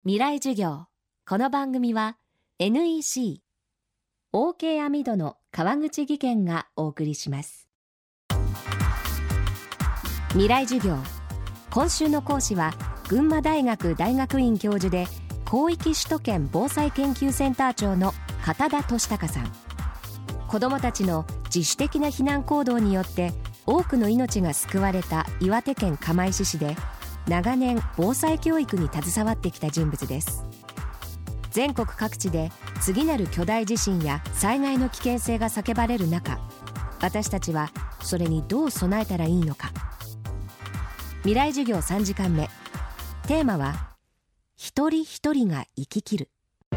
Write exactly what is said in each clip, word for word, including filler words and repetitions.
未来授業。この番組は エヌイーシー オーケー アミドの川口義賢がお送りします。未来授業。今週の講師は群馬大学大学院教授で広域首都圏防災研究センター長の片田俊孝さん。子どもたちの自主的な避難行動によって多くの命が救われた岩手県釜石市で長年防災教育に携わってきた人物です。全国各地で次なる巨大地震や災害の危険性が叫ばれる中、私たちはそれにどう備えたらいいのか。未来授業さんじかんめ、テーマは一人一人が生き切る。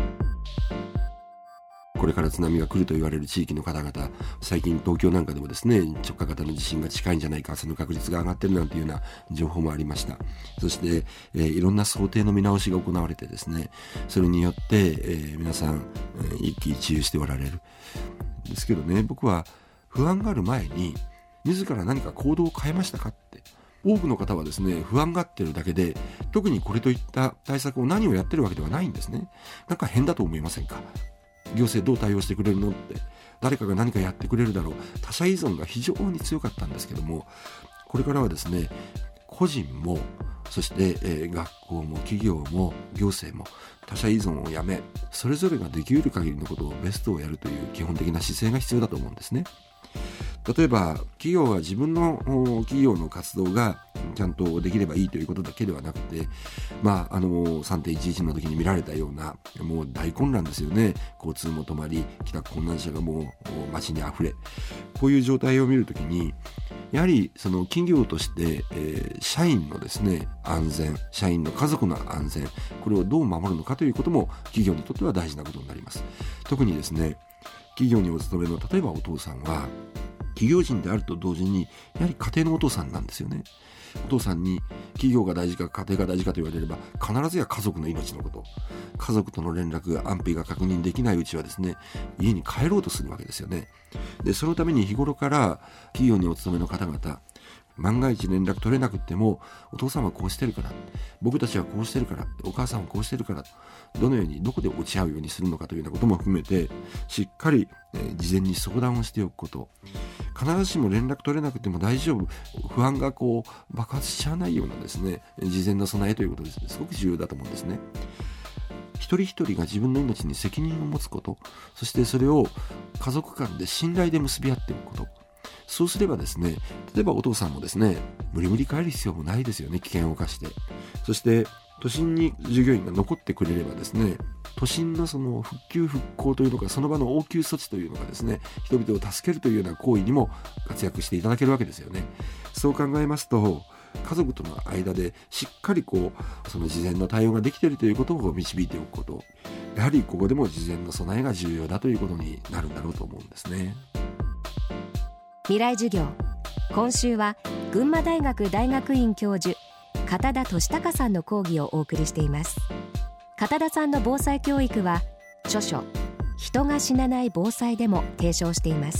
これから津波が来ると言われる地域の方々、最近東京なんかでもですね、直下型の地震が近いんじゃないか、その確率が上がってるなんていうような情報もありました。そして、えー、いろんな想定の見直しが行われてですね、それによって、えー、皆さん、えー、一喜一憂しておられる。ですけどね、僕は不安がある前に自ら何か行動を変えましたかって。多くの方はですね、不安がってるだけで、特にこれといった対策を何をやってるわけではないんですね。なんか変だと思いませんか？行政どう対応してくれるのって、誰かが何かやってくれるだろう。他者依存が非常に強かったんですけども、これからはですね、個人もそして、えー、学校も企業も行政も他者依存をやめ、それぞれができうる限りのことをベストをやるという基本的な姿勢が必要だと思うんですね。例えば企業は自分の企業の活動がちゃんとできればいいということだけではなくて、まああの さんてんいちいち の時に見られたようなもう大混乱ですよね。交通も止まり、帰宅困難者がもう街にあふれ、こういう状態を見るときに、やはりその企業として、えー、社員のですね安全、社員の家族の安全、これをどう守るのかということも企業にとっては大事なことになります。特にですね、企業にお勤めの例えばお父さんは企業人であると同時にやはり家庭のお父さんなんですよね。お父さんに企業が大事か家庭が大事かと言われれば、必ずや家族の命のこと、家族との連絡が安否が確認できないうちはですね、家に帰ろうとするわけですよね。でそのために日頃から企業にお勤めの方々、万が一連絡取れなくっても、お父さんはこうしてるから、僕たちはこうしてるから、お母さんはこうしてるから、どのようにどこで落ち合うようにするのかというようなことも含めて、しっかり、えー、事前に相談をしておくこと。必ずしも連絡取れなくても大丈夫、不安がこう爆発しちゃわないようなですね、事前の備えということですね、すごく重要だと思うんですね。一人一人が自分の命に責任を持つこと、そしてそれを家族間で信頼で結び合っていくこと。そうすればですね、例えばお父さんもですね、無理無理帰る必要もないですよね。危険を冒して。そして都心に従業員が残ってくれればですね、都心のその復旧復興というのか、その場の応急措置というのがですね、人々を助けるというような行為にも活躍していただけるわけですよね。そう考えますと、家族との間でしっかりこうその事前の対応ができているということを導いておくこと、やはりここでも事前の備えが重要だということになるんだろうと思うんですね。 未来授業。今週は群馬大学大学院教授片田俊孝さんの講義をお送りしています。片田さんの防災教育は著書人が死なない防災でも提唱しています。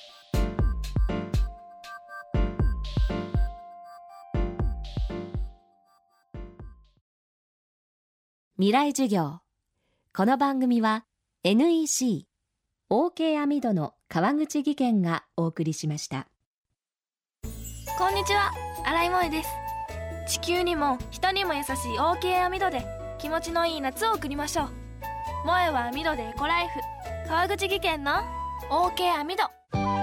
未来授業。この番組は エヌイーシー オーケー アミドの川口義賢がお送りしました。 こんにちは、新井萌です。地球にも人にも優しい オーケー アミドで気持ちのいい夏を送りましょう。萌はアミドでエコライフ、川口義賢の オーケー アミド。